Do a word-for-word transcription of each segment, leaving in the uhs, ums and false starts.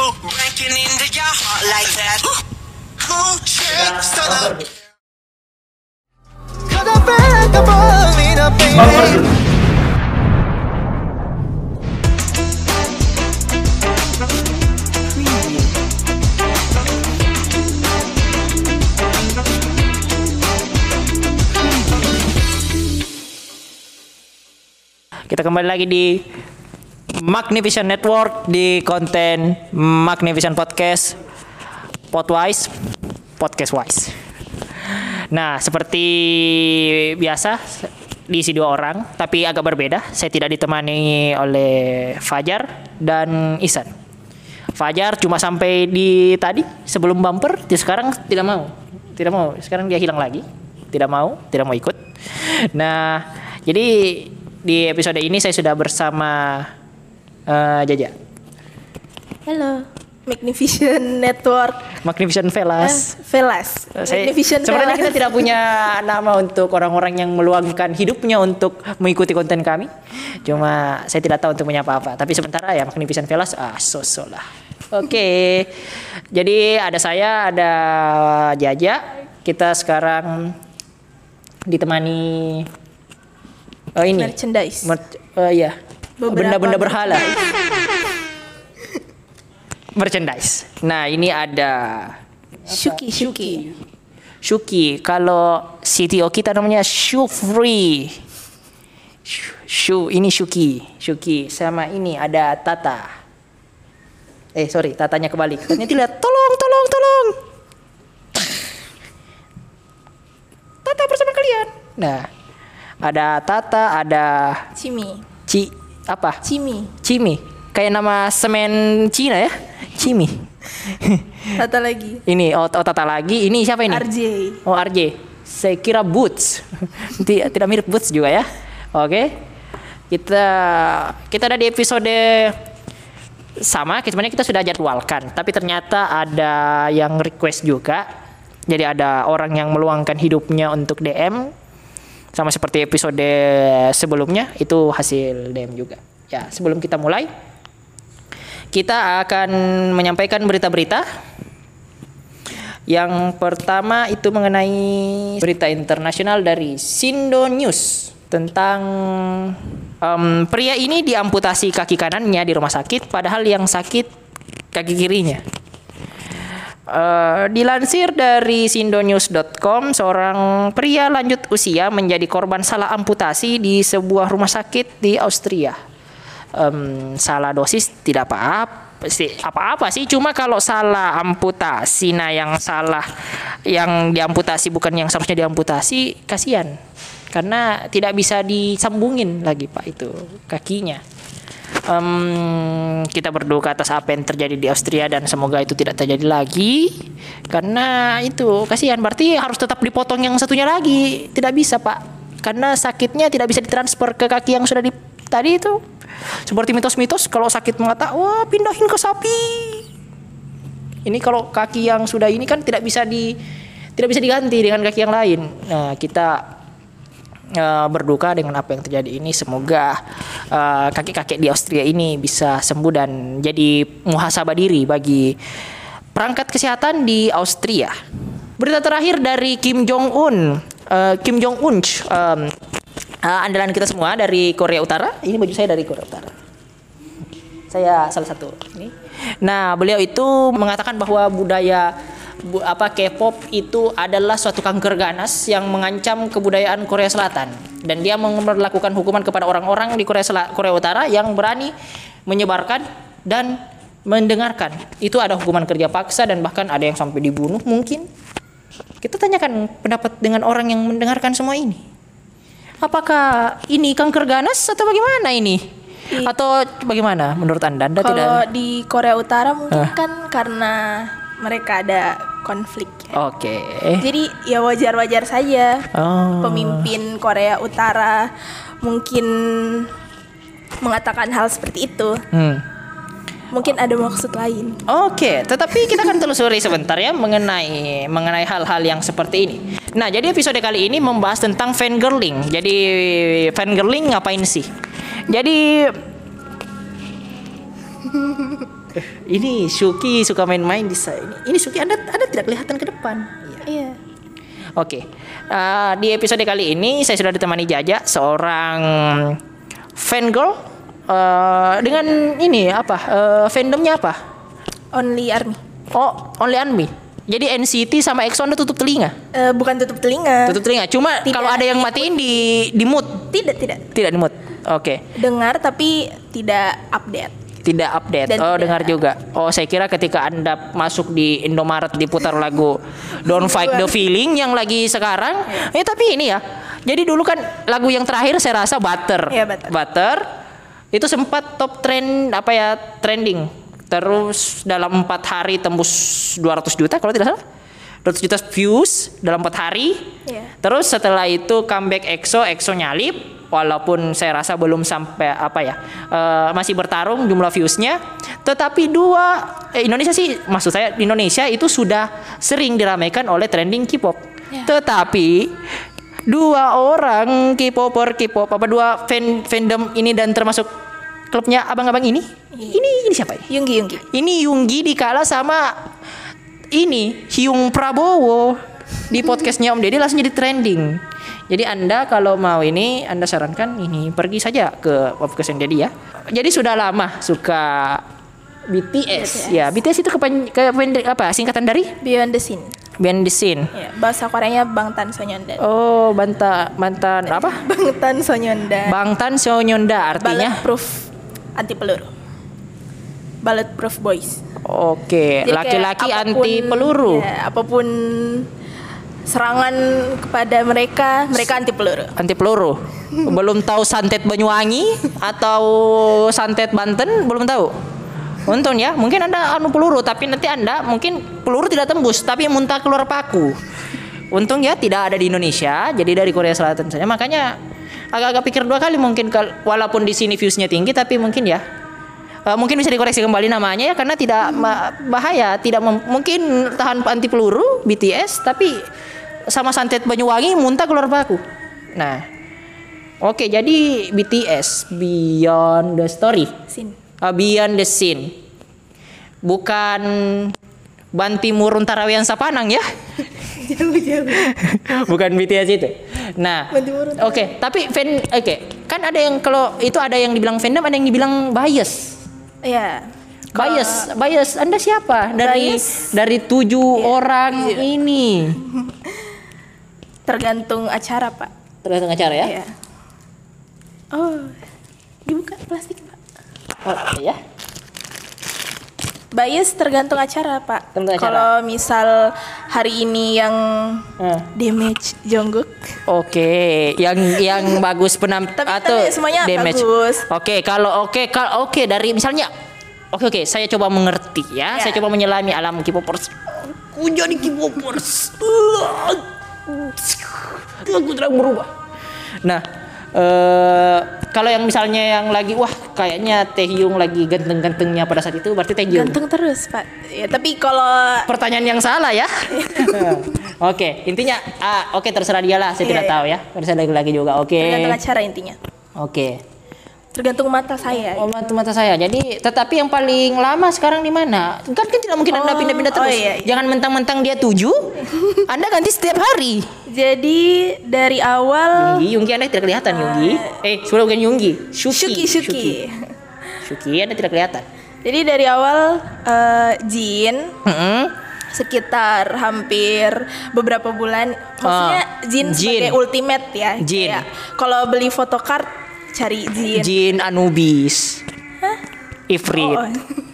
breaking into your heart like that. Who shakes to the Kita kembali lagi di Magnivision Network di konten Magnivision Podcast Podwise Podcast Wise. Nah, seperti biasa diisi dua orang, tapi agak berbeda. Saya tidak ditemani oleh Fajar dan Ihsan. Fajar cuma sampai di tadi sebelum bumper, sekarang tidak mau, tidak mau. Sekarang dia hilang lagi, tidak mau, tidak mau ikut. Nah, jadi di episode ini saya sudah bersama uh, Jaja. Halo, Magnivision Network. Magnivision Velas. Eh, Velas. Saya, Magnivision sebenarnya Velas. kita tidak punya nama untuk orang-orang yang meluangkan hidupnya untuk mengikuti konten kami. Cuma saya tidak tahu untuk menyapa apa. Tapi sementara ya Magnivision Velas, ah sosok lah. Oke, okay. Jadi ada saya, ada Jaja. Kita sekarang ditemani oh ini merchandise. Mer- uh, ya. Benda-benda berhala. Merchandise. Nah, ini ada Shuki, Shuki. Shuki. Kalau C T O kita namanya Shufri. Shu, ini Shuki. Shuki. Sama ini ada Tata. Eh, sorry, Tatanya kebalik. Tatanya dilihat. Tolong, tolong, tolong. Tata bersama kalian. Nah, ada Tata, ada Cimi. Ci apa? Cimi. Cimi. Kayak nama semen Cina ya? Cimi. Tata lagi. Ini oh, oh Tata lagi. Ini siapa ini? R J. Oh R J. Saya kira Boots. tidak, tidak mirip Boots juga ya. Oke. Kita kita ada di episode sama. Sebenarnya kita sudah jadwalkan. Tapi ternyata ada yang request juga. Jadi ada orang yang meluangkan hidupnya untuk D M. Sama seperti episode sebelumnya, itu hasil D M juga. Ya, sebelum kita mulai, kita akan menyampaikan berita-berita. Yang pertama itu mengenai berita internasional dari Sindo News tentang um, pria ini diamputasi kaki kanannya di rumah sakit, padahal yang sakit kaki kirinya. Uh, dilansir dari sindonews dot com, seorang pria lanjut usia menjadi korban salah amputasi di sebuah rumah sakit di Austria. Um, salah dosis tidak apa-apa sih, apa-apa sih, cuma kalau salah amputasi, nah yang salah yang diamputasi bukan yang seharusnya diamputasi, kasihan. Karena tidak bisa disambungin lagi Pak itu kakinya. Um, kita berduka atas apa yang terjadi di Austria dan semoga itu tidak terjadi lagi, karena itu kasihan, berarti harus tetap dipotong yang satunya lagi, tidak bisa Pak, karena sakitnya tidak bisa ditransfer ke kaki yang sudah di tadi itu. Seperti mitos-mitos kalau sakit mengata, wah pindahin ke sapi. Ini kalau kaki yang sudah ini kan tidak bisa di tidak bisa diganti dengan kaki yang lain. Nah, kita Uh, berduka dengan apa yang terjadi ini. Semoga uh, kakek-kakek di Austria ini bisa sembuh dan jadi muhasabah diri bagi perangkat kesehatan di Austria. Berita terakhir dari Kim Jong Un, uh, Kim Jong Un, um, uh, andalan kita semua dari Korea Utara. Ini baju saya dari Korea Utara. Saya salah satu. Ini. Nah, beliau itu mengatakan bahwa budaya Bu, apa K-pop itu adalah suatu kanker ganas yang mengancam kebudayaan Korea Selatan, dan dia melakukan hukuman kepada orang-orang di Korea Selatan, Korea Utara yang berani menyebarkan dan mendengarkan. Itu ada hukuman kerja paksa dan bahkan ada yang sampai dibunuh mungkin. Kita tanyakan pendapat dengan orang yang mendengarkan semua ini. Apakah ini kanker ganas atau bagaimana ini? Di, atau bagaimana menurut Anda? Anda kalau tidak... di Korea Utara mungkin uh. kan karena mereka ada konflik ya. Oke. Okay. Jadi ya wajar-wajar saja. Oh. Pemimpin Korea Utara mungkin mengatakan hal seperti itu. Hmm. Mungkin ada maksud lain. Oke, okay. Tetapi kita akan telusuri sebentar ya mengenai mengenai hal-hal yang seperti ini. Nah, jadi episode kali ini membahas tentang fangirling. Jadi fangirling ngapain sih? Jadi Ini Shuki suka main-main di saya. Ini, ini Shuki Anda Anda tidak kelihatan ke depan. Iya. Iya. Oke. Uh, di episode kali ini saya sudah ditemani Jaja, seorang fangirl uh, dengan ini apa? Uh, fandomnya apa? Only Army. Oh, Only Army. Jadi N C T sama EXO Anda tutup telinga? Eh, bukan tutup telinga. Tutup telinga. Cuma Tidak. kalau ada yang matiin di di mute. Tidak, tidak. Tidak di mute. Oke. Dengar tapi tidak update. Tidak update. Dan oh, tidak- dengar juga. Oh, saya kira ketika Anda masuk di Indomaret diputar lagu Don't Fight the Feeling yang lagi sekarang. Eh tapi ini ya. Jadi dulu kan lagu yang terakhir saya rasa Butter. Iya, Butter. Butter itu sempat top trend apa ya, trending. Terus dalam empat hari tembus dua ratus juta kalau tidak salah. dua ratus juta views dalam empat hari. Iya. Terus setelah itu comeback EXO, EXO nyalip. Walaupun saya rasa belum sampai apa ya, uh, masih bertarung jumlah viewsnya. Tetapi dua eh, Indonesia sih, maksud saya Indonesia itu sudah sering diramaikan oleh trending K-pop. Ya. Tetapi dua orang K-popper K-pop apa dua fan fandom ini dan termasuk klubnya abang-abang ini, ini ini siapa ini? Yunggi, Yunggi. Ini Yunggi dikalah sama ini Hyung Prabowo di podcastnya Om Deddy langsung jadi trending. Jadi Anda kalau mau ini, Anda sarankan ini pergi saja ke podcast Om Deddy ya. Jadi sudah lama suka B T S, B T S. ya. B T S itu kepan, ke, apa? Singkatan dari Beyond the Scene. Beyond the Scene. Ya, bahasa Koreanya Bangtan Sonyeonda. Oh, banta mantan apa? Bangtan Sonyeonda. Bangtan Sonyeonda artinya. Bulletproof anti peluru. Bulletproof boys. Oke, Jadi laki-laki kayak anti apapun- peluru. Ya, apapun serangan kepada mereka, mereka anti peluru. Anti peluru. Belum tahu santet Banyuwangi atau santet Banten, belum tahu. Untung ya, mungkin Anda anu peluru tapi nanti Anda mungkin peluru tidak tembus tapi muntah keluar paku. Untung ya tidak ada di Indonesia, jadi dari Korea Selatan saja. Makanya agak-agak pikir dua kali mungkin kal- walaupun di sini viewsnya tinggi tapi mungkin ya uh, mungkin bisa dikoreksi kembali namanya ya karena tidak ma- bahaya, tidak mem- mungkin tahan anti peluru B T S tapi sama santet Banyuwangi muntah keluar paku. Nah, oke jadi B T S Beyond the Story, Sin. uh, Beyond the Scene, bukan Banti Murun Tarawian Sapanang ya. Jauh-jauh. Bukan B T S itu. Nah, Banti Murun oke, tapi fan, oke, kan ada yang kalau itu ada yang dibilang fandom, ada yang dibilang bias. Ya. Bias, bias. Anda siapa dari Bias. dari tujuh orang Iya. ini? Tergantung acara, Pak. Tergantung acara ya. Iya. Oh, dibuka plastik, Pak. Oh, ya. Bias tergantung acara, Pak. Tergantung acara. Kalau misal hari ini yang Eh. damage Jungkook, Oke, yang yang bagus penam Tapi- atau tapi semuanya damage. bagus. Oke, kalau oke kalau oke dari misalnya oke oke saya coba mengerti ya. Ya. Saya coba menyelami alam K-popers. Aku jadi K-popers. Aku terang berubah. Nah, eh kalau yang misalnya yang lagi wah kayaknya Taehyung lagi ganteng-gantengnya pada saat itu berarti Taehyung. ganteng terus, Pak. Ya, tapi kalau Pertanyaan yang salah ya. Oke, intinya ah, oke terserah dia lah, saya Iya, tidak iya. tahu ya. Terserah lagi-lagi juga. Oke. tergantung acara intinya. Oke. Tergantung mata saya. Oh, mata mata saya. Jadi, tetapi yang paling lama sekarang di mana? Kan kan tidak mungkin Anda Oh, pindah-pindah oh terus. iya, iya. Jangan mentang-mentang dia tujuh, Anda ganti setiap hari. Jadi dari awal Yunggi, Yunggi Anda tidak kelihatan Yunggi. Eh, sudah bukan Yunggi. Shuki. Shuki Shuki. Shuki Anda tidak kelihatan. Jadi dari awal eh, Jin Mm-mm. sekitar hampir beberapa bulan, maksudnya Ah, Jin Jin. sebagai ultimate ya. Jin. Kayak kalau beli photocard cari Jin. Jin Anubis. Ifrit. Oh,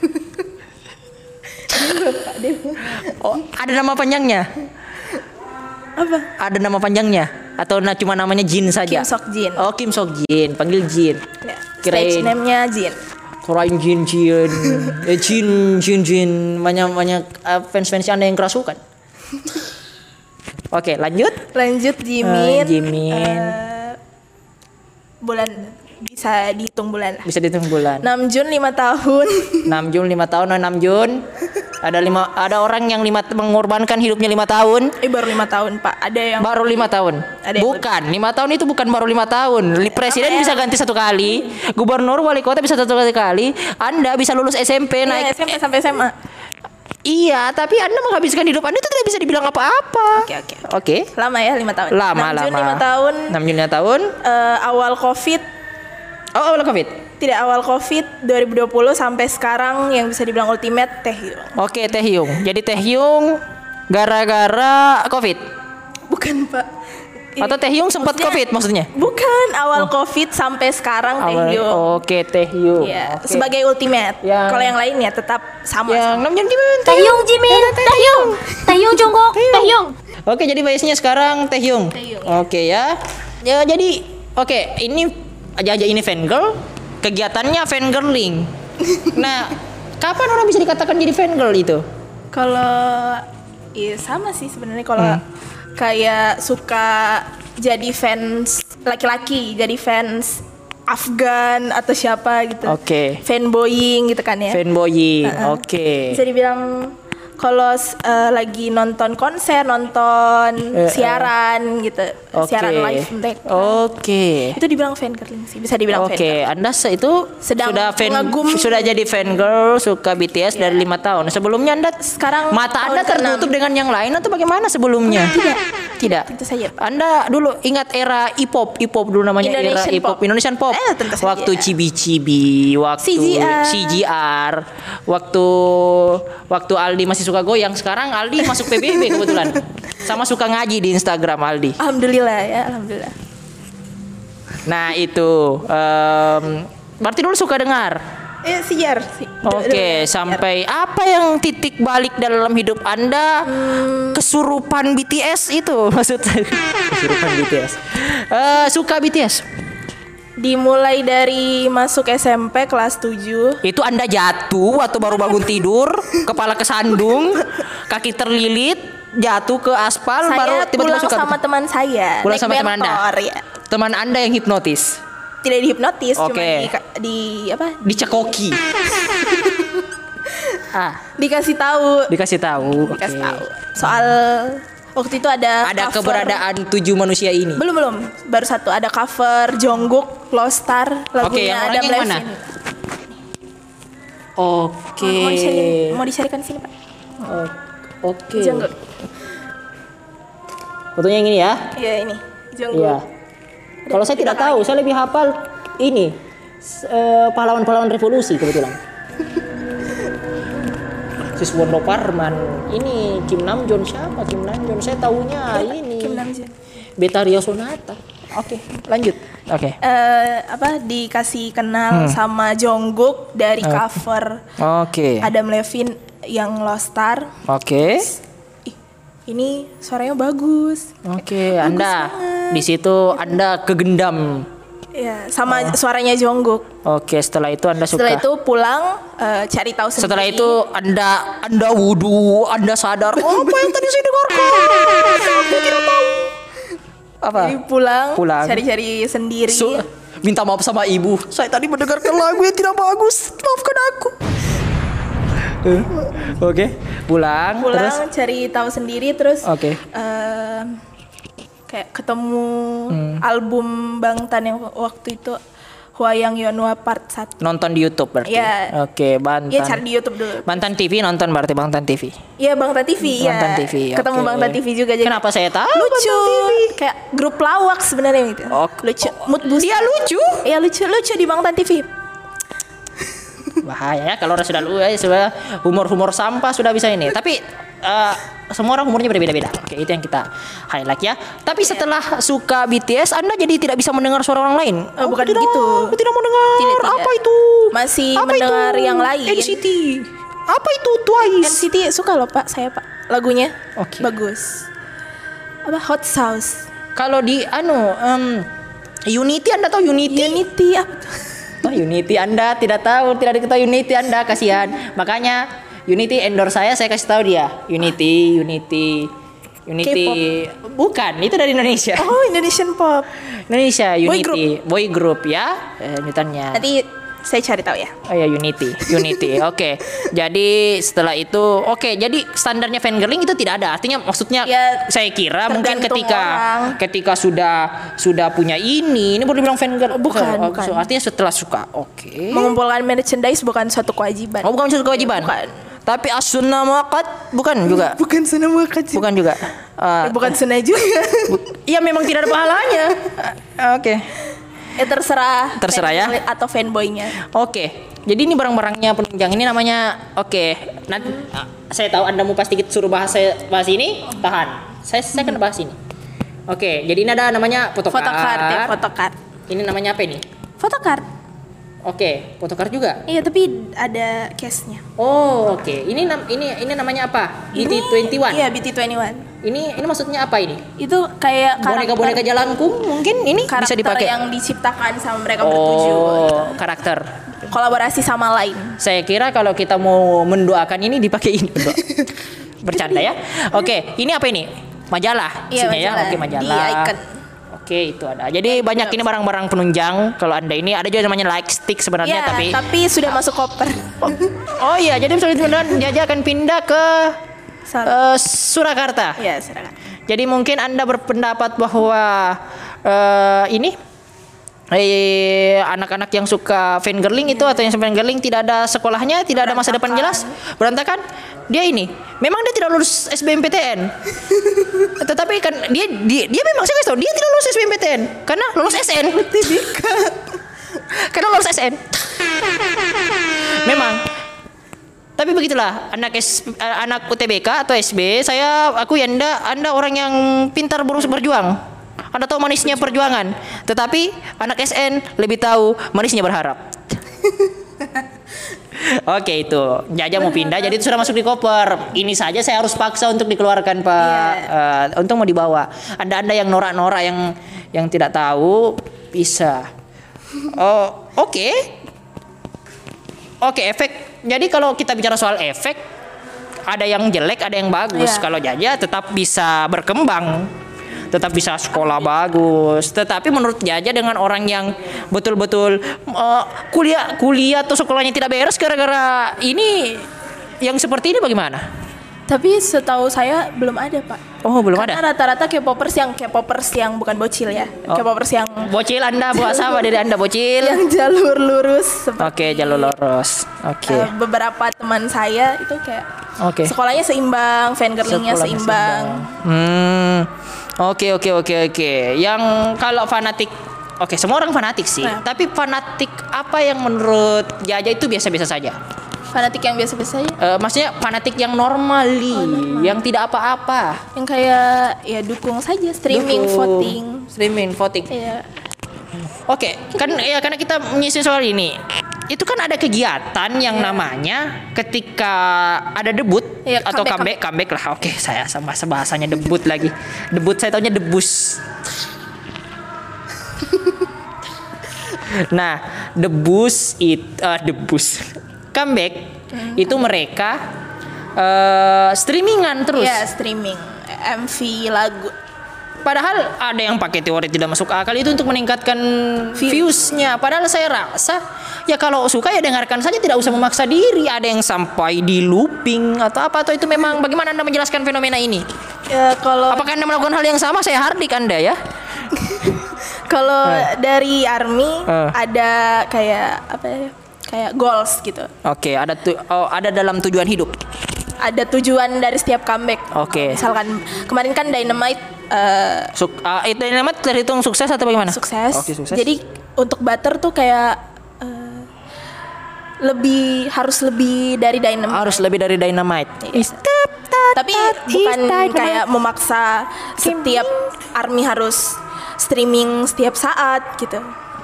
Oh, ada nama panjangnya? apa? Ada nama panjangnya atau na cuma namanya Jin saja? Kim Sok Jin. Oh, Kim Sok Jin, panggil Jin. Ya, Kirain. stage name-nya Jin. Kirain Jin Jin. Eh, Jin Jin Jin banyak banyak uh, fans-fans Anda yang kerasukan. Oke, lanjut. Lanjut Jimin. Eh, Jimin. Eh, bulan bisa dihitung bulan lah. Bisa dihitung bulan. enam Jun lima tahun. enam Jun lima tahun, oh, enam Jun. Ada lima, ada orang yang lima mengorbankan hidupnya lima tahun. Eh baru lima tahun Pak. Ada yang Baru lima tahun. Ada yang Bukan, lima tahun itu bukan baru lima tahun. Li- Presiden Apa ya? bisa ganti satu kali, gubernur, wali kota bisa satu kali. Anda bisa lulus S M P Iya, naik. S M P sampai S M A. Iya, tapi Anda menghabiskan hidup Anda itu tidak bisa dibilang apa-apa. Oke, oke. Oke. Lama ya lima tahun. Lama, enam Jun lama. lima tahun. enam Juni lima tahun. eh, awal Covid, Oh, awal Covid. tidak awal Covid dua ribu dua puluh sampai sekarang yang bisa dibilang ultimate Teh Hyung. Oke, Teh Hyung. Jadi Teh Hyung gara-gara Covid. Bukan Pak. Atau Teh Hyung sempat Maksudnya- Covid maksudnya? Bukan awal Covid sampai sekarang Teh Awal- Hyung. Oke, Teh Hyung. Iya, Oke. sebagai ultimate. Yang- Kalau yang lainnya tetap sama. yang enam Juni gimana? Taehyung Jimin, Taehyung, Taehyung Jungkook, Taehyung. Oke, jadi biasanya sekarang Teh Hyung. Taehyung, Oke ya. Ya jadi oke, ini aja aja ini fangirl, kegiatannya fangirling. Nah, kapan orang bisa dikatakan jadi fangirl itu? Kalau iya sama sih sebenarnya kalau Hmm. kayak suka jadi fans laki-laki, jadi fans Afgan atau siapa gitu. Oke. Fanboying gitu kan ya. Fanboying. Uh-uh. Oke. Bisa dibilang kalau eh, lagi nonton konser, nonton Eh, eh. siaran gitu, Oke. siaran live mereka. Oke. Itu dibilang fangirling sih, bisa dibilang Oke, fangirl. Anda se- itu Sedang sudah fan mengagumi. sudah jadi fan girl suka B T S dari lima tahun. Sebelumnya Anda Sekarang mata tahun Anda tertutup keenam. dengan yang lain atau bagaimana sebelumnya? Tidak. Tidak. Tentu saja. Anda dulu ingat era hip-hop, hip-hop dulu namanya Indonesian era hip-hop pop. Indonesian pop. Eh, tentu saja. Waktu Cibi-Cibi, waktu C G R. C G R, waktu waktu Aldi masih suka goyang, sekarang Aldi masuk P B B kebetulan. Sama suka ngaji di Instagram Aldi. Alhamdulillah ya, alhamdulillah. Nah, itu em, berarti dulu suka dengar. Eh, siar sih. Oke, sampai apa yang titik balik dalam hidup Anda? Kesurupan B T S itu maksudnya. Kesurupan B T S. Eh, suka B T S. Dimulai dari masuk S M P kelas tujuh. Itu Anda jatuh atau baru bangun tidur, kepala kesandung, kaki terlilit, jatuh ke aspal baru Saya tiba-tiba pulang suka. sama teman saya. Pulang naik sama teman Anda. bentor, ya. Teman Anda yang hipnotis, Tidak dihipnotis, cuma Oke. di, di apa? dicekoki. ah, Dikasih tahu, dikasih tagu. dikasih Oke. tahu. Soal waktu itu ada Ada cover- keberadaan tujuh manusia ini. Belum belum, baru satu ada cover Jungkook Lost Star Oke, lagunya yang Adam orangnya yang mana? Levine. Oke. Mau dicari, mau dicarikan sini Pak. O- Oke. Jungkook. Fotonya yang ini ya? Iya ini Jungkook. Iya. Kalau saya tidak tahu, saya lebih hafal ini s- eh, pahlawan-pahlawan revolusi kebetulan. Siswondo Parman, ini Kim Namjoon siapa? Kim Namjoon, saya tahunya ini. Kim Namjoon. Betharia Sonata. Oke, lanjut. Oke. Eh, apa dikasih kenal sama Jungkook dari Hmm. Oh. cover Oke. Adam Levine yang Lost Star. Oke. Ih, ini suaranya bagus. Oke, Anda di situ Anda kegendam. Ya, sama Oh. suaranya Jungkook. Oke, setelah itu Anda suka. Setelah itu pulang eh, cari tahu sendiri. Setelah itu Anda Anda wudhu, Anda sadar, oh, apa yang tadi saya dengarkan? Aku tidak tahu. Apa? Jadi pulang, Pulang. cari-cari sendiri. Su- minta maaf sama ibu. Saya tadi mendengarkan lagu yang tidak bagus. Maafkan aku. Eh, Oke, pulang, pulang terus cari tahu sendiri terus Oke. eh, kayak ketemu Hmm. album Bangtan yang waktu itu Hwayang Yeonhwa Part satu. nonton di YouTube berarti. Iya. Oke, Bantan. Iya cari di YouTube dulu. Bantan T V nonton berarti Bangtan T V. Iya Bangtan T V ya. Bangtan T V. Ketemu oke. Bangtan T V juga jadi Kenapa saya tahu? lucu. Bangtan T V? Kayak grup lawak sebenarnya gitu. Oh, lucu. Mood booster. Dia lucu. Iya lucu lucu di Bangtan T V. Bahaya ya kalau orang sudah lu ya sudah humor-humor sampah sudah bisa ini. Tapi eh, semua orang humornya berbeda-beda. Oke, itu yang kita highlight ya. Tapi setelah suka B T S Anda jadi tidak bisa mendengar suara orang lain. Oh, bukan tidak, gitu. Aku tidak mendengar. Tidak, tidak. Apa itu? Masih Apa mendengar itu? yang lain. N C T. Apa itu Twice? N C T suka loh Pak, saya Pak. Lagunya Oke. bagus. Apa Hot Sauce? Kalau di anu em, Unity Anda tahu Unity? Unity apa tuh? Oh, Unity Anda tidak tahu, tidak diketahui Unity Anda, kasihan. Makanya Unity endorse saya, saya kasih tahu dia. Unity, Unity, Unity. Bukan, itu dari Indonesia. Oh Indonesian Pop. Indonesia Boy Unity, boy group ya. Eh, lanjutannya. Nanti Saya cari tahu ya. Oh ya, Unity, Unity. Oke. Jadi setelah itu, oke. Jadi standarnya fangirling itu tidak ada. Artinya maksudnya Ya, saya kira mungkin tergantung ketika orang. ketika sudah sudah punya ini, ini boleh dibilang fangirl. Bukan, Oh, bukan. so, artinya setelah suka. Oke. Mengumpulkan merchandise bukan suatu kewajiban. Oh, bukan suatu kewajiban. Bukan. Tapi as-sunnah muaqqat bukan juga. Bukan sunnah muakkad. Bukan juga. Eh, Bukan sunnah juga. Iya memang tidak ada pahalanya. Eh, Oke. Ya terserah. Terserah ya. fanboy atau fanboynya. Oke. Jadi ini barang-barangnya penunjang ini namanya oke. Nanti ah, saya tahu Anda mau pasti suruh bahas saya bahas ini, tahan. Saya saya akan bahas ini. Oke, jadi ini ada namanya photocard. Photocard ya, photocard. Ini namanya apa ini? Photocard. Oke, photocard juga. Iya, tapi ada case-nya. Oh, oke. Ini nam- ini ini namanya apa? B T dua puluh satu. Iya, B T dua puluh satu. Ini ini maksudnya apa ini? Itu kayak Boneka-boneka jalanku mungkin ini bisa karakter dipakai. yang diciptakan sama mereka bertujuh. Oh, karakter. Kolaborasi sama lain. Saya kira kalau kita mau mendoakan ini dipakai ini. Berdoa. Bercanda ya. Oke, ini apa ini? Majalah. Iya, isinya ya. majalah. Oke, Di majalah. icon. Oke, itu ada. Jadi banyak ini barang-barang penunjang. Kalau Anda ini ada juga namanya like stick sebenarnya Iya, tapi tapi sudah masuk koper. Oh iya, jadi misalnya Jaja akan pindah ke Salah. eh, Surakarta. Iya, silakan. Jadi mungkin Anda berpendapat bahwa eh, ini eh, anak-anak yang suka fangirling itu atau yang fangirling tidak ada sekolahnya, tidak ada masa depan jelas, berantakan. Dia ini memang dia tidak lulus S B M P T N. Tetapi kan dia dia, dia memang saya kasih tahu dia tidak lulus S B M P T N karena lulus S N. Karena lulus S N. Memang. Tapi begitulah anak S, eh, anak U T B K atau S B, saya aku ya Anda Anda orang yang pintar berusaha berjuang. Anda tahu manisnya perjuangan, tetapi anak S N lebih tahu manisnya berharap. Oke itu, Jaja mau pindah, jadi itu sudah masuk di koper. Ini saja saya harus paksa untuk dikeluarkan Pak, Iya. eh, untuk mau dibawa. Anda-anda yang norak-norak yang yang tidak tahu bisa. Oh oke, oke efek. Jadi kalau kita bicara soal efek, ada yang jelek, ada yang bagus. Iya. Kalau Jaja tetap bisa berkembang, tetap bisa sekolah bagus. Tetapi menurut Jaja dengan orang yang betul-betul uh, kuliah kuliah atau sekolahnya tidak beres gara-gara ini, yang seperti ini bagaimana? Tapi setahu saya belum ada, Pak. Oh belum Karena ada. rata-rata K-popers yang K-popers yang bukan bocil ya. Oh. K-popers yang Bocil Anda buat apa dari Anda bocil? yang jalur lurus seperti Oke jalur lurus. Oke. eh, beberapa teman saya itu kayak Oke. sekolahnya seimbang, fangirlingnya Sekolahnya seimbang. Hmm. Oke oke oke oke. Yang kalau fanatik, oke semua orang fanatik sih. Nah. Tapi fanatik apa yang menurut Jaja itu biasa-biasa saja? Fanatik yang biasa-biasa aja. Eh, maksudnya fanatik yang normali, yang tidak apa-apa. Yang kayak ya dukung saja streaming, Dukung. voting. Streaming, voting. Iya. Oke, kan ya karena kita mengisi soal ini. Itu kan ada kegiatan yang namanya ketika ada debut Iya, atau comeback, comeback, comeback lah. Oke, saya sama bahasanya debut lagi. Debut saya taunya debus. Nah, debus itu uh, debus. Comeback itu mereka eh, streamingan terus. Iya, streaming M V lagu. Padahal ada yang pakai teori tidak masuk akal itu untuk meningkatkan views-nya. Padahal saya rasa ya kalau suka ya dengarkan saja, tidak usah memaksa diri. Ada yang sampai di looping atau apa, atau itu memang bagaimana Anda menjelaskan fenomena ini? Ya kalau Apakah Anda melakukan hal yang sama? Saya hardik Anda ya. kalau Eh. dari ARMY Eh. ada kayak apa ya? Kayak goals gitu. Oke, ada tu- oh, ada dalam tujuan hidup. Ada tujuan dari setiap comeback. Oke. Misalkan kemarin kan Dynamite eh, Suk ah, itu namanya terhitung sukses atau bagaimana? sukses. Oke, sukses. Jadi untuk Butter tuh kayak eh, lebih harus lebih dari Dynamite. Harus lebih dari Dynamite. Iya. Tapi bukan kayak memaksa setiap ARMY harus streaming setiap saat gitu.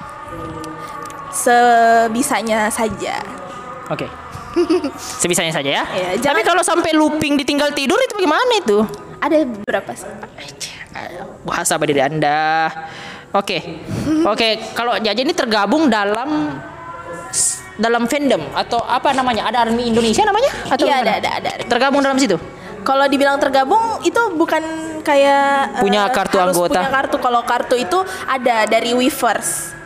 Sebisanya saja. Oke. Sebisanya saja ya. Iya, Tapi jangan- kalau sampai looping ditinggal tidur itu bagaimana itu? Ada beberapa sih. Bahasa apa dari Anda? Oke. Oke, kalau Jaja ini tergabung dalam dalam fandom atau apa namanya? Ada ARMY Indonesia namanya? Atau Iya, bagaimana? ada, ada, ada. Tergabung dalam situ? Kalau dibilang tergabung itu bukan kayak Punya eh, kartu harus anggota. Punya kartu. Kalau kartu itu ada dari Weverse.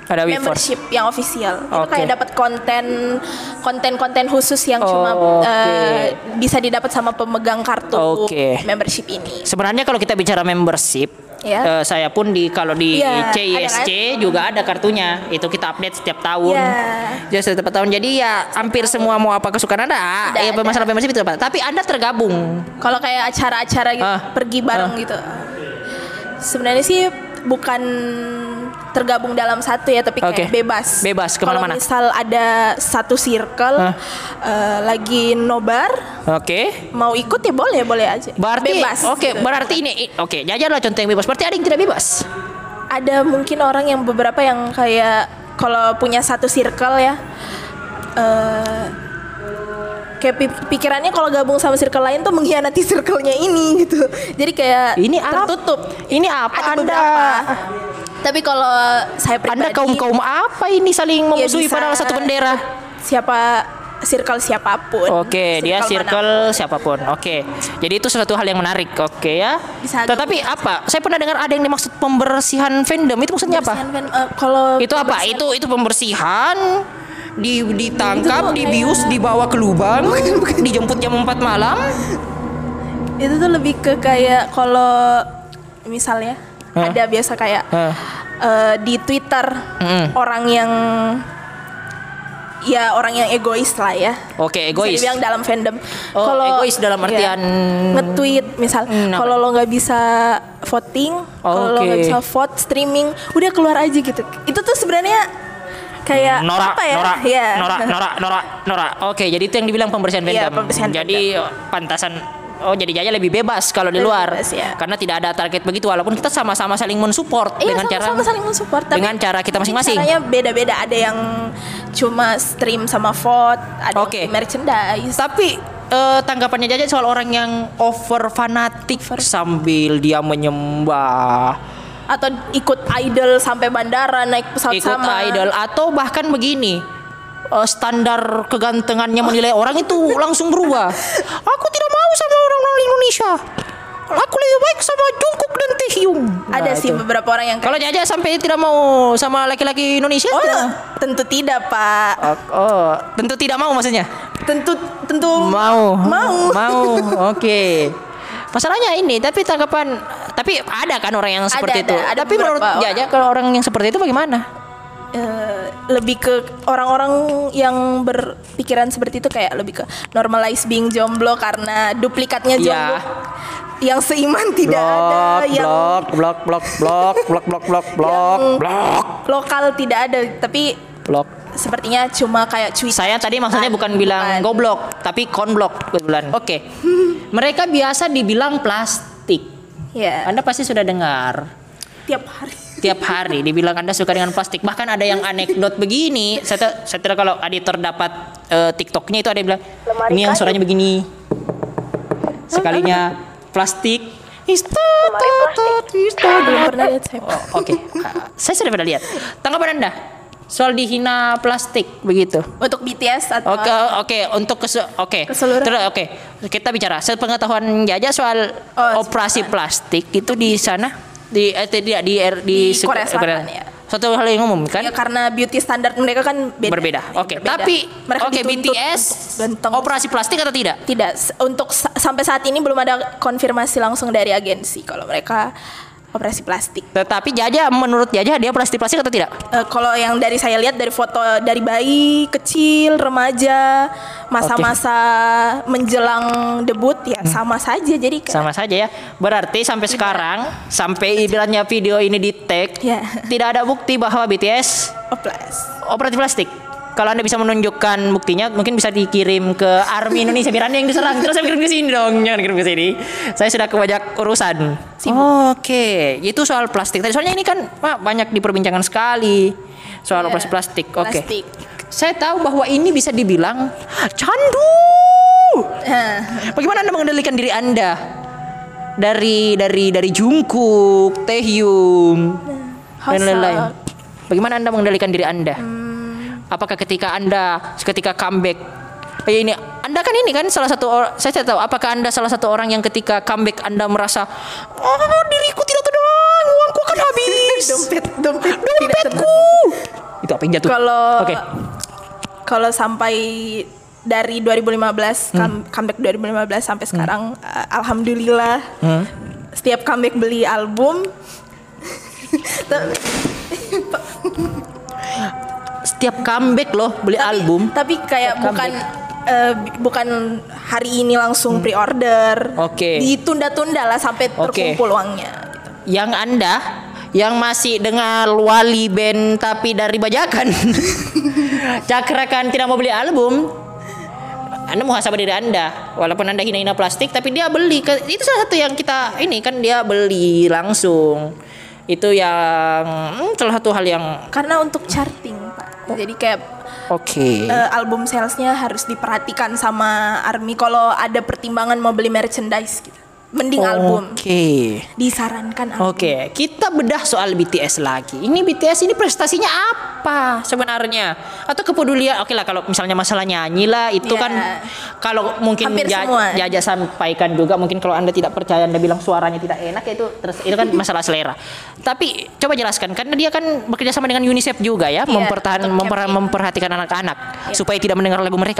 Ada WeForce. membership yang official. Itu Oke. kayak dapat konten konten-konten khusus yang Oh, cuma oke. eh, bisa didapat sama pemegang kartu Oke. membership ini. Sebenarnya kalau kita bicara membership, Ya. eh, saya pun di kalau di Iya, C I S C ada juga ada kartunya. Itu kita update setiap tahun. Iya. Jadi setiap tahun. Jadi ya hampir semua mau apa kesukaan ada. Ada, Ya ada. masalah membership itu apa? Tapi Anda tergabung. Kalau kayak acara-acara gitu, Ah. pergi bareng Ah. gitu. Sebenarnya sih bukan tergabung dalam satu ya, tapi kayak Oke. bebas. Bebas, Kalau kemana-mana. misal ada satu circle Ah. eh, lagi nobar, Oke. mau ikut ya boleh, boleh aja. Berarti bebas. oke, gitu. berarti ini i- oke, jajanlah contoh yang bebas. Berarti ada yang tidak bebas. Ada mungkin orang yang beberapa yang kayak kalau punya satu circle ya, eh kayak pi- pikirannya kalau gabung sama circle lain tuh mengkhianati circle-nya ini gitu. Jadi kayak Ini apa? tertutup. Ini apa Ada Anda? beberapa. Tapi kalau saya pribadi, Anda kaum-kaum apa ini saling ya memusuhi bisa padahal satu bendera? Siapa circle siapapun. Oke, dia circle manapun. siapapun. Oke. Jadi itu sesuatu hal yang menarik. Oke ya. Bisa Tetapi apa? Saya pernah dengar ada yang dimaksud pembersihan fandom. Itu maksudnya apa? Pembersihan fan- eh, kalau Itu apa? pembersihan- Itu itu pembersihan di ditangkap, Itu tuh dibius, kayak- dibawa ke lubang, dijemput jam empat malam. itu tuh lebih ke kayak kalau misalnya Hah? ada biasa kayak Hah. eh, di Twitter Mm-mm. orang yang ya orang yang egois lah ya. Oke, Bisa egois. dibilang dalam fandom. Oh, egois dalam ya, artian- nge-tweet misal Hmm, apa? kalau lo nggak bisa voting, kalau lo Oke. nggak bisa vote streaming, udah keluar aja gitu. Itu tuh sebenarnya kayak Norak, apa ya? norak, Ya. norak, norak, norak, norak. Oke, jadi itu yang dibilang pembersihan Iya, fandom. pembersihan Jadi pantasan. Oh, jadi Jaja lebih bebas kalau di Lebih luar, bebas, ya. karena tidak ada target begitu. Walaupun kita sama-sama saling mensupport Iya, dengan cara sama-sama saling mensupport tapi dengan cara kita mungkin masing-masing. caranya beda-beda, ada yang cuma stream sama vote, ada Oke. yang merchandise. Tapi eh, tanggapannya Jaja soal orang yang over fanatik sambil dia menyembah, Atau ikut idol sampai bandara naik pesawat ikut sama idol, atau bahkan begini, eh, standar kegantengannya menilai orang itu langsung berubah. Aku tidak mau sama orang-orang Indonesia. Aku lebih baik sama Jungkook dan Taehyung. Ada Nah, sih itu. beberapa orang yang Kalau kayak, Jaja sampai tidak mau sama laki-laki Indonesia? oh tidak? tentu tidak Pak, Oh, oh, tentu tidak mau maksudnya. tentu tentu Mau. Mau. Mau. Oke. Masalahnya ini, tapi tanggapan, tapi ada kan orang yang seperti Ada, itu. ada, ada Tapi menurut beberapa Jaja kalau orang yang seperti itu bagaimana? eh, lebih ke orang-orang yang berpikiran seperti itu kayak lebih ke normalize being jomblo karena duplikatnya Iya. jomblo yang seiman tidak ada, yang blok, blok, blok, blok, blok, blok, blok, Yang- blok, lokal tidak ada, tapi blok. sepertinya cuma kayak cuitan. Saya tadi maksudnya bukan bilang goblok, tapi konblok kebetulan. Oke. Mereka biasa dibilang plastik. Ya, Anda pasti sudah dengar. tiap hari. Tiap hari dibilang Anda suka dengan plastik. Bahkan ada yang anekdot begini. Saya ta- saya tidak kalau editor dapat eh, TikToknya itu ada yang bilang ini yang suaranya begini. Sekalinya plastik. Istatat, Belum istatat. pernah lihat saya. Oh, Oke, Ah, saya sudah pernah lihat. Tanggapan Anda soal dihina plastik begitu? Untuk B T S atau Oke, oke, untuk kese- oke. Keseluruhan. Terus oke, kita bicara sepengetahuan Jaja soal Oh, operasi plastik itu di sana di eh, tidak di di, Di suku- Korea Selatan, ya. Suatu hal yang umum kan? ya karena beauty standar mereka kan beda. Berbeda. Oke, Berbeda. tapi Mereka oke B T dituntut S untuk ganteng. operasi plastik atau tidak? Tidak, s- untuk sa- sampai saat ini belum ada konfirmasi langsung dari agensi kalau mereka operasi plastik. Tetapi Jaja menurut Jaja dia plastik-plastik atau tidak? Eh, kalau yang dari saya lihat dari foto dari bayi kecil, remaja, masa-masa menjelang debut ya sama saja. Jadi kayak- Sama saja ya. Berarti sampai sekarang sampai ibaratnya video ini di tag Ya. tidak ada bukti bahwa B T S oplas. operasi plastik. Kalau Anda bisa menunjukkan buktinya, mungkin bisa dikirim ke Army Indonesia biar Anda yang diserang. Terus saya kirim ke sini dong, jangan kirim ke sini. Saya sudah ke banyak urusan. Oke, itu soal plastik. Tadi soalnya ini kan wah, banyak diperbincangkan sekali soal Iya, operasi plastik. Oke. plastik. Saya tahu bahwa ini bisa dibilang candu. Nah, Bagaimana Anda mengendalikan diri Anda dari dari dari Jungkook, Taehyung, dan Hosok. lain-lain? Bagaimana Anda mengendalikan diri Anda? Apakah ketika Anda ketika comeback eh, ini Anda kan ini kan salah satu orang, saya tidak tahu apakah Anda salah satu orang yang ketika comeback Anda merasa oh diriku tidak tenang, uangku akan habis. dompet dompet tidak Dompetku. tenang. Itu apa yang jatuh? Kalau Oke. kalau sampai dari dua ribu lima belas Hmm. come- comeback dua ribu lima belas sampai sekarang uh, alhamdulillah Hmm. setiap comeback beli album. Setiap comeback loh beli Tapi- album. Tapi kayak Setiap bukan eh, bukan hari ini langsung pre-order. Hmm. Oke. Ditunda-tunda lah sampai Oke. terkumpul uangnya. Gitu. Yang Anda yang masih dengar Wali Band tapi dari bajakan cakrakan tidak mau beli album, Anda muhasabah diri Anda. Walaupun Anda hina-hina plastik tapi dia beli. Ke- Itu salah satu yang kita ini kan dia beli langsung. Itu yang hmm, salah satu hal yang Karena untuk charting, Pak. Jadi kayak oke. eh, album salesnya harus diperhatikan sama ARMY kalau ada pertimbangan mau beli merchandise gitu. Mending album. Oke. Disarankan album. Oke, kita bedah soal B T S lagi. Ini B T S ini prestasinya apa sebenarnya? Atau kepedulian? Oke lah, kalau misalnya masalah nyanyi lah, itu Ya. kan kalau mungkin Hampir ja- semua. Jaja sampaikan juga. Mungkin kalau Anda tidak percaya, Anda bilang suaranya tidak enak, ya itu terus itu kan masalah selera. Tapi coba jelaskan, karena dia kan bekerja sama dengan UNICEF juga ya, Iya, mempertahan untuk memper- campaign. memperhatikan anak-anak Iya. supaya tidak mendengar lagu mereka.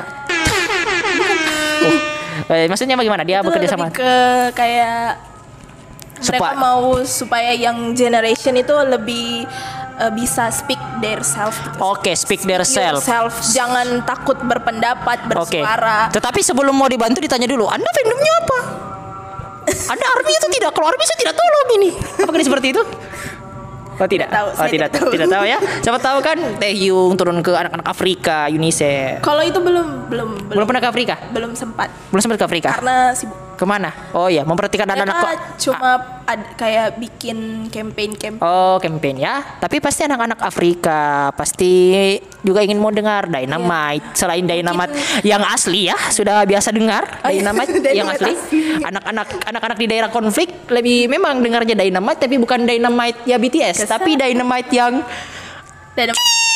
Oh, eh, maksudnya bagaimana? Dia Itu bekerja lebih sama. ke kayak mereka Supa- mau supaya young generation itu lebih eh, bisa speak their self. gitu. Oke, speak their self. Yourself. Jangan takut berpendapat, Oke. bersuara. Tetapi sebelum mau dibantu ditanya dulu, Anda fandomnya apa? Anda ARMY itu tidak? Kalau ARMY saya tidak tolong ini. Apakah dia seperti itu? Oh tidak. Tidak tahu, Oh saya tidak tidak tahu. tahu. Tidak tahu ya. Siapa tahu kan Taehyung turun ke anak-anak Afrika, UNICEF. Kalau itu belum belum Belum pernah ke Afrika? belum sempat Belum sempat ke Afrika. karena sibuk. Kemana? Oh iya, memperhatikan anak-anak Mereka kok. cuma ad- kayak bikin campaign-campaign. Oh, campaign ya. Tapi pasti anak-anak Afrika pasti juga ingin mau dengar Dynamite. Selain Dynamite yang asli ya, sudah biasa dengar Oh, iya. Dynamite yang Dynamite asli. asli. Anak-anak anak-anak di daerah konflik lebih memang dengarnya Dynamite, tapi bukan Dynamite ya B T S, Kesel. tapi Dynamite yang Dan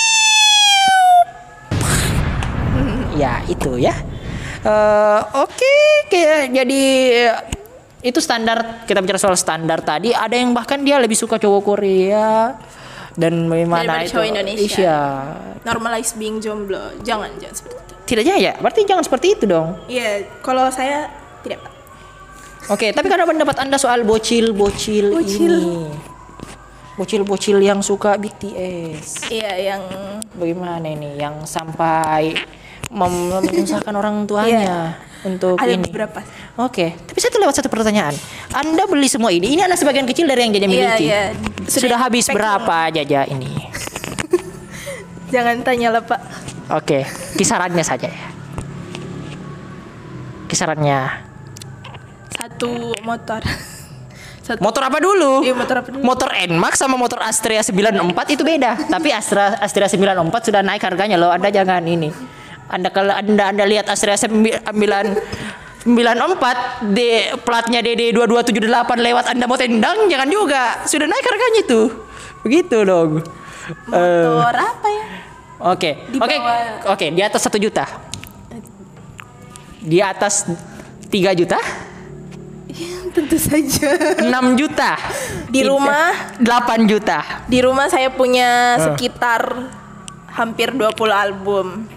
ya itu ya. Eh, Oke, kayak jadi eh, itu standar. Kita bicara soal standar tadi. Ada yang bahkan dia lebih suka cowok Korea dan bagaimana Daripada itu cowok Indonesia. Iya. normalize being jomblo. Jangan, jangan seperti itu. Tidak ya? Berarti jangan seperti itu dong. Iya, kalau saya tidak, Pak. Oke, tapi karena pendapat Anda soal bocil-bocil Bocil. ini. Bocil-bocil yang suka B T S. Iya, yang Bagaimana ini? Yang sampai mem- menyusahkan orang tuanya untuk ada ini. beberapa. Oke, tapi saya tuh lewat satu pertanyaan. Anda beli semua ini, ini adalah sebagian kecil dari yang Jaja Iya, miliki. iya. Sudah, Sudah habis packing. berapa Jaja ini? Jangan tanya lah, Pak. Oke, kisarannya saja ya. Kisarannya. Satu motor. Satu. Motor apa dulu? Iya, motor apa dulu? Motor Nmax sama motor Astrea sembilan puluh empat itu beda. Tapi Astra Astrea sembilan puluh empat sudah naik harganya loh. Anda jangan ini. Anda kalau Anda Anda lihat Astrea sembilan sembilan puluh empat D platnya D D dua dua tujuh delapan lewat Anda mau tendang jangan juga. Sudah naik harganya itu. Begitu dong. Motor apa ya? Oke. Di Oke. bawah- Oke, di atas satu juta. Di atas tiga juta, Tentu saja. enam juta. Di rumah? delapan juta. Di rumah saya punya sekitar hampir dua puluh album.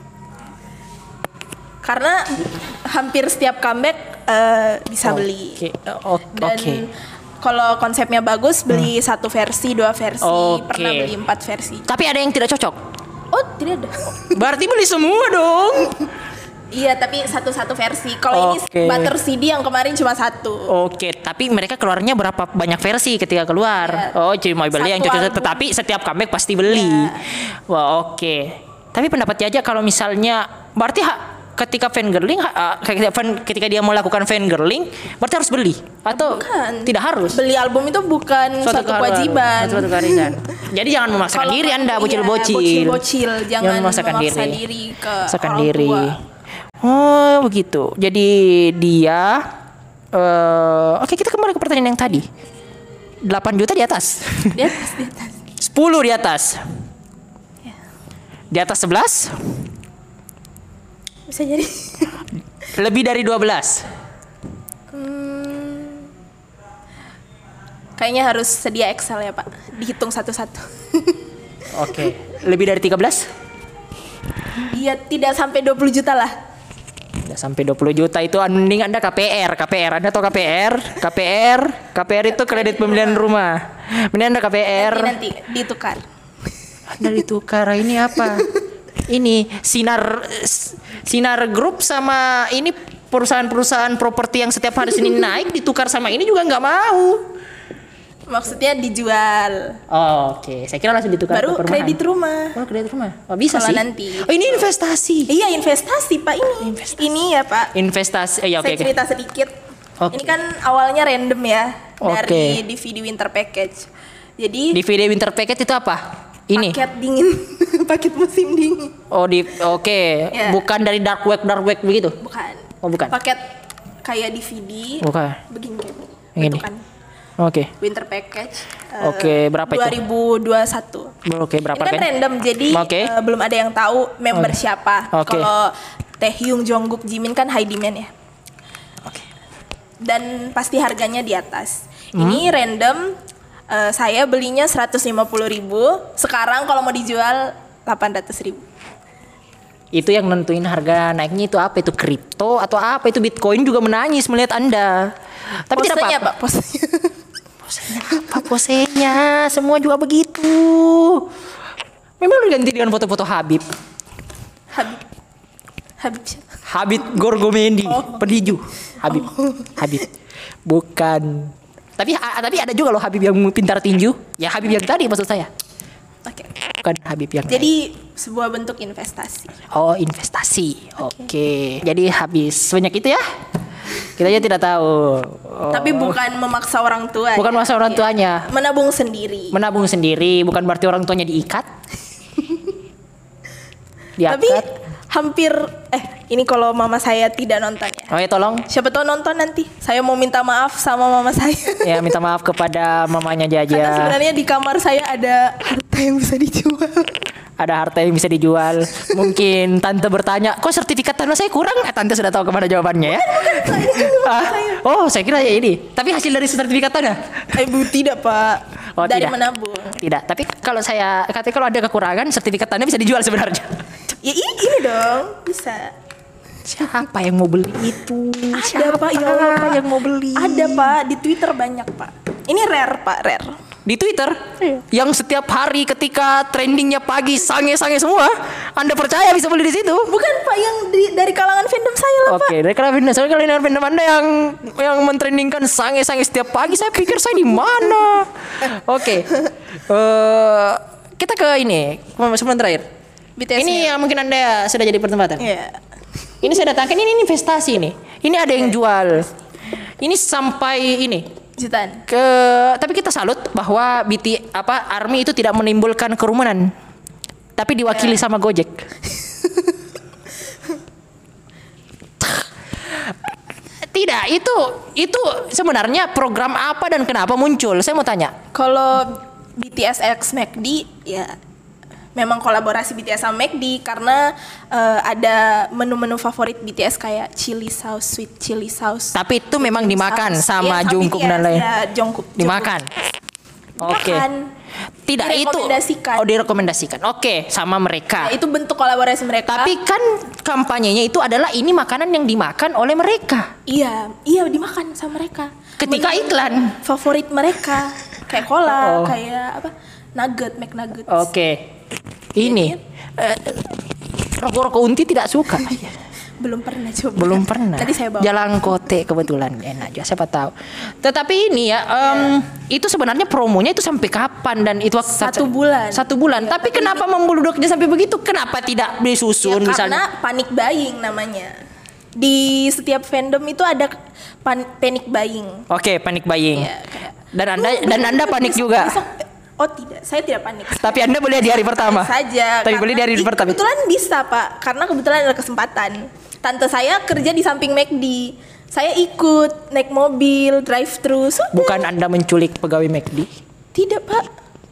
Karena hampir setiap comeback eh, bisa beli. Oke. O- Dan Oke. kalau konsepnya bagus beli satu versi, dua versi, Oke. pernah beli empat versi. Tapi ada yang tidak cocok. Oh, tidak ada. Berarti beli semua dong. Iya, tapi satu-satu versi. Kalau Oke. ini butter C D yang kemarin cuma satu. Oke, tapi mereka keluarnya berapa banyak versi ketika keluar? Ya. Oh, cuma beli yang Satu cocok, album. tetapi setiap comeback pasti beli. Ya. Wah, oke. Tapi pendapat aja kalau misalnya berarti ha, ketika fangirling ha, ah, ketika, fan- ketika dia melakukan fangirling berarti harus beli atau Bukan. tidak harus? Beli album itu bukan suatu, keharusan, kewajiban. Suatu keharusan. Jadi jangan memaksakan Kalau- diri Anda iya, bocil-bocil. bocil-bocil, jangan memaksakan memaksa diri. diri ke Memaksakan orang diri. tua. Oh, begitu. Jadi dia eh oke, kita kembali ke pertanyaan yang tadi. delapan juta di atas. Di atas, di atas. sepuluh di atas. Di atas sebelas, Bisa jadi. lebih dari dua belas. Hmm, kayaknya harus sedia Excel ya, Pak. Dihitung satu-satu. Oke. Lebih dari tiga belas? Iya, tidak sampai dua puluh juta lah. Tidak sampai dua puluh juta itu mending Anda K P R. K P R, Anda tahu K P R? K P R, K P R itu kredit pembelian rumah. Mending Anda K P R. Nanti, nanti ditukar. Anda ditukar ini apa? Ini Sinar Sinar Group sama ini perusahaan-perusahaan properti yang setiap hari Senin naik ditukar sama ini juga nggak mau. Maksudnya dijual. Oh, oke. Okay. Saya kira langsung ditukar Baru ke perumahan. kredit rumah. Oh, kredit rumah. Oh, bisa Kalau sih. nanti. Oh, ini investasi. Iya, investasi Pak ini. Investasi. Ini ya Pak. Investasi. Eh, ya, oke, Saya oke. cerita sedikit. Oke. Ini kan awalnya random ya dari Oke. D V D Winter Package. Jadi D V D Winter Packet itu apa? Ini. paket dingin, paket musim dingin. Oh, di oke. Ya. Bukan dari dark web dark web begitu. Bukan. Oh, bukan. Paket kayak D V D. Bukan. Begini kayak Yang ini. bentukan. Oke. Winter Package. eh, Oke, berapa itu? dua ribu dua puluh satu. Oke, berapa Ini kan kan? random, jadi Oke. eh, belum ada yang tahu member Oke. siapa. Oke. Kalau Taehyung, Jungkook, Jimin kan high demand ya. Oke. Dan pasti harganya di atas. Hmm? Ini random, eh, saya belinya seratus lima puluh ribu. Sekarang kalau mau dijual delapan ratus ribu. Itu yang nentuin harga naiknya itu apa? Itu kripto atau apa? Itu Bitcoin juga menangis melihat Anda. Tapi tidak Posenya, apa-apa. Pak, posenya. Posenya apa posenya? Semua juga begitu. Memang lu ganti dengan foto-foto Habib. Habib. Habib siapa? Habib Gorgomendi, Oh. penhiju. Habib. Habib. Bukan. Tapi a- tapi ada juga loh Habib yang pintar tinju. Ya Habib yang tadi maksud saya. Oke. Bukan Habib yang lain. Jadi sebuah bentuk investasi. Oh, investasi. Oke. Jadi habis sebanyak itu ya? Kita aja tidak tahu. Oh. Tapi bukan memaksa orang tua. Bukan ya. memaksa orang Iya. tuanya. Menabung sendiri. Menabung sendiri, bukan berarti orang tuanya diikat. Tapi Diikat. hampir eh ini kalau mama saya tidak nonton ya. Oh ya tolong. Siapa tahu nonton nanti. Saya mau minta maaf sama mama saya. Ya minta maaf kepada mamanya Karena Jaja. sebenarnya di kamar saya ada harta yang bisa dijual. Ada harta yang bisa dijual. Mungkin tante bertanya, kok sertifikat tanah saya kurang? Eh, tante sudah tahu kemana jawabannya ya. Ah, oh saya kira ya ini. Tapi hasil dari sertifikat tanah. Eh bu tidak pak. Oh, Dari tidak. menabung. Tidak. Tapi kalau saya katanya kalau ada kekurangan sertifikat tanah bisa dijual sebenarnya. Ya i- ini dong bisa. Siapa yang mau beli itu? Ada Siapa pak ya Allah, Pak. yang mau beli? Ada pak di Twitter banyak pak. Ini rare pak rare. Di Twitter Iya. yang setiap hari ketika trendingnya pagi sange-sange semua, Anda percaya bisa beli di situ? Bukan pak yang di- dari kalangan fandom saya lah pak. Oke, dari kalau fandom, soalnya kalau dengan fandom Anda yang yang mentrendingkan sange-sange setiap pagi, saya pikir saya di mana? Oke, Eh, kita ke ini sebelum terakhir. B T S Ini yang mungkin Anda sudah jadi pertempatan. Iya. Ini saya datangkan ini investasi nih. Ini ada yang jual. Ini sampai ini Jutaan. ke tapi kita salut bahwa B T apa Army itu tidak menimbulkan kerumunan. Tapi diwakili sama Gojek. Tidak, itu itu sebenarnya program apa dan kenapa muncul? Saya mau tanya. Kalau B T S X McD ya memang kolaborasi B T S sama McD karena eh, ada menu-menu favorit B T S kayak chili sauce, sweet chili sauce. Tapi itu memang dimakan Sauce. sama Iya, Jungkook B T S, dan lain. Ya, Jungkook. Dimakan. Oke. Dimakan. Tidak itu. Direkomendasikan. Oh, direkomendasikan. Oke, sama mereka. Ya, itu bentuk kolaborasi mereka. Tapi kan kampanyenya itu adalah ini makanan yang dimakan oleh mereka. iya, iya dimakan sama mereka. Ketika Menu iklan. favorit mereka kayak cola, Oh. kayak apa? Nugget, McNuggets. Oke. Ini eh, rokok-rokok unti tidak suka. Belum pernah coba. Belum pernah. Tadi saya bawa. Jalan Kote kebetulan enak juga siapa tahu. Tetapi ini ya em, itu sebenarnya promonya itu sampai kapan dan itu waktu Satu bulan. Satu bulan. Iya, tapi tapi kenapa membeludaknya sampai begitu? Kenapa tidak Ya, disusun misalnya? karena panic buying namanya. Di setiap fandom itu ada pan- panic buying. Oke, panic buying. Ya, kayak, Dan Anda "Uh, dan besok- Anda panik besok- juga. besok- oh tidak, saya tidak panik. Tapi Anda beli di hari pertama. Saja. Tapi karena- beli di hari Ih, pertama. Kebetulan bisa pak, karena kebetulan ada kesempatan. Tante saya kerja di samping McD. Saya ikut naik mobil, drive thru. Sudah. Bukan Anda menculik pegawai McD. Tidak pak.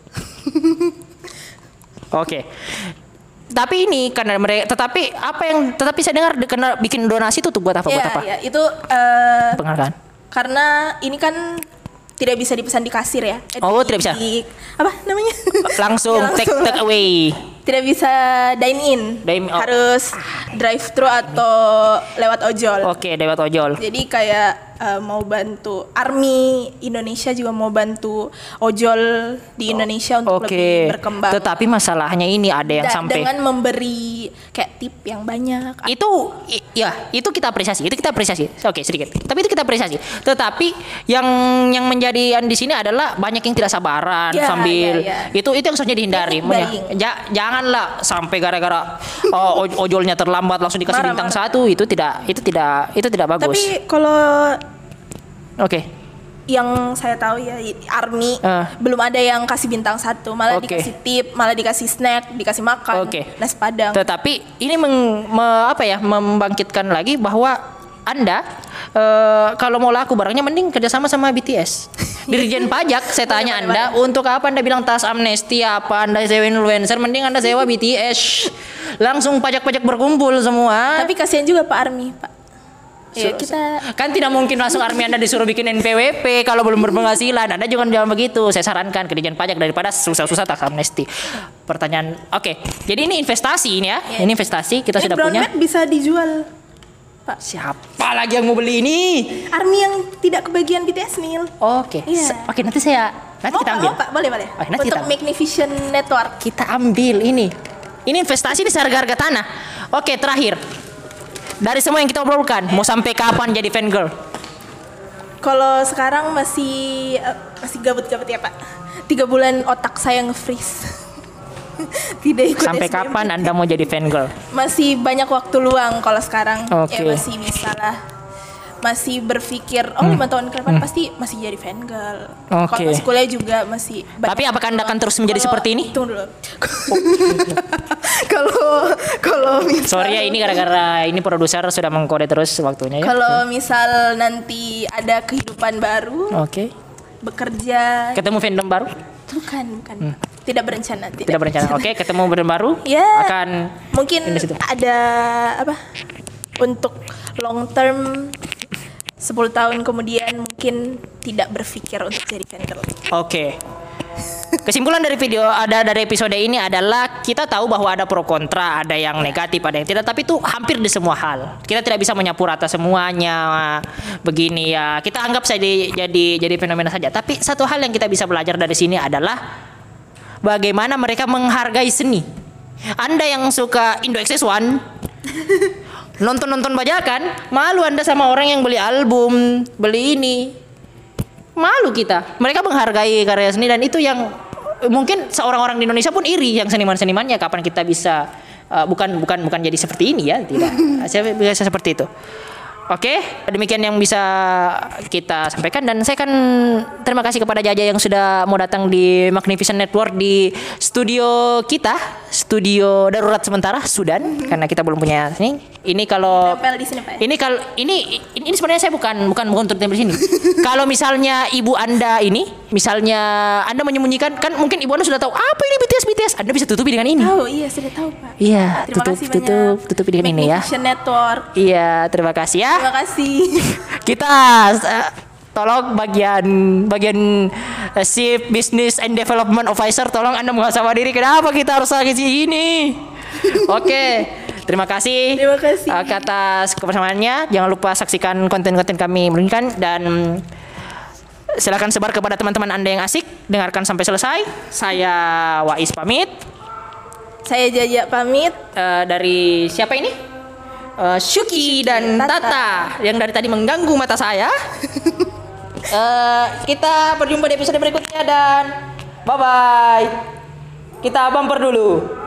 Oke. Tapi ini karena mereka tetapi apa yang tetapi saya dengar de- kena bikin donasi itu tuh buat apa? Buat Ya, apa? ya itu eh, Penghargaan. karena ini kan tidak bisa dipesan di kasir ya. Eh, Oh, di- tidak bisa. di- apa namanya? Langsung Ya, take take away. Tidak bisa dine in. Dine- oh. Harus drive thru atau lewat ojol. Oke, lewat ojol. Jadi kayak eh, mau bantu Army Indonesia juga mau bantu ojol di Indonesia untuk Oke. lebih berkembang. Tetapi masalahnya ini ada yang Da- sampai dengan memberi kayak tip yang banyak. itu i- ya itu kita apresiasi itu kita apresiasi oke sedikit tapi itu kita apresiasi tetapi yang yang menjadi di sini adalah banyak yang tidak sabaran Ya, sambil ya, ya. itu itu yang harusnya dihindari Teknik Makanya, buying. ja- janganlah sampai gara-gara oh, oj- ojolnya terlambat langsung dikasih Marah, bintang marah. satu itu tidak itu tidak itu tidak bagus Tapi kalau oke yang saya tahu ya Army Eh. belum ada yang kasih bintang satu, malah Oke. dikasih tip, malah dikasih snack, dikasih makan, Oke. nasi padang. Tetapi ini meng, me- apa ya membangkitkan lagi bahwa Anda eh, kalau mau laku barangnya mending kerjasama sama B T S. Dirjen pajak saya tanya Boleh, Anda untuk apa Anda bilang tas amnesti apa Anda sewa influencer mending Anda sewa B T S. Langsung pajak-pajak berkumpul semua. Tapi kasihan juga Pak Army, Pak. Ya, So- kita kan tidak mungkin langsung Army Anda disuruh bikin N P W P kalau belum berpenghasilan. Anda jangan jangan begitu. Saya sarankan ke Dirjen Pajak daripada susah-susah tax amnesti. Pertanyaan, oke. Jadi ini investasi ini ya. Ya. Ini investasi kita eh, sudah brown punya. mat bisa dijual. Pak, Siapa lagi yang mau beli ini? Army yang tidak kebagian B T S Nil. Oke. Iya. Se- Oke, nanti saya nanti Mau kita Pak, ambil. mau Pak, boleh boleh. Oke, nanti Untuk kita- Magnificent Network. Kita ambil ini. Ini investasi di harga-harga tanah. Oke, terakhir. Dari semua yang kita obrolkan, mau sampai kapan jadi fan girl? Kalau sekarang masih eh, masih gabut-gabut ya Pak. Tiga bulan otak saya nge-freeze. Tidak ikut Sampai S B M. kapan Anda mau jadi fan girl? Masih banyak waktu luang kalau sekarang. Oke. Ya masih bisa lah. Masih berpikir, oh lima tahun ke depan pasti masih jadi fan girl. Hmm. Oke. Kalau masih kuliah juga masih banyak Tapi apakah Anda waktu akan luang. terus menjadi Kalau- seperti ini? Tunggu dulu. Kalau kalau misal Sorry ya, ini gara-gara ini produser sudah mengkode terus waktunya ya. kalau misal nanti ada kehidupan baru, Oke. bekerja, Ketemu fandom baru? bukan bukan. Tidak berencana, Hmm. Tidak berencana. Oke, ketemu fandom baru? Ya, Akan mungkin di situ. ada apa untuk long term sepuluh tahun kemudian mungkin tidak berpikir untuk jadi fan girl. Oke. Kesimpulan dari video ada dari episode ini adalah kita tahu bahwa ada pro kontra, ada yang negatif, ada yang tidak, tapi itu hampir di semua hal. Kita tidak bisa menyapu rata semuanya. Begini ya, kita anggap saja jadi jadi fenomena saja. Tapi satu hal yang kita bisa belajar dari sini adalah bagaimana mereka menghargai seni. Anda yang suka Indo X S one nonton-nonton bajakan, malu Anda sama orang yang beli album, beli ini. Malu kita. Mereka menghargai karya seni dan itu yang mungkin seorang orang di Indonesia pun iri yang seniman-senimannya kapan kita bisa uh, bukan bukan bukan jadi seperti ini ya, tidak. Saya bisa seperti itu. Oke, demikian yang bisa kita sampaikan dan saya kan terima kasih kepada Jaja yang sudah mau datang di Magnificent Network di studio kita, studio darurat sementara Sudan karena kita belum punya ini. Ini kalau Tempel di sini Pak. ini kalau ini ini, ini sebenarnya saya bukan bukan bukan untuk di sini. Kalau misalnya ibu Anda ini, misalnya Anda menyembunyikan kan mungkin ibu Anda sudah tahu apa ini B T S B T S, Anda bisa tutupi dengan ini. Oh iya sudah tahu Pak. Iya, Terima tutup kasih tutup banyak. tutupi dengan ini ya. Magnificent Network. Iya, terima kasih ya. Terima kasih. Kita uh, tolong bagian bagian uh, Chief Business and Development Officer tolong Anda muhasabah diri kenapa kita harus lagi ini. Oke. Terima kasih. Terima kasih. uh, atas kebersamaannya. Jangan lupa saksikan konten-konten kami berikan dan silakan sebar kepada teman-teman Anda yang asik. Dengarkan sampai selesai. Saya Wais pamit. Saya Jaja pamit. Uh, dari siapa ini? Uh, Syuki dan Tata. Tata yang dari tadi mengganggu mata saya. Uh, kita berjumpa di episode berikutnya dan bye bye. Kita bumper dulu.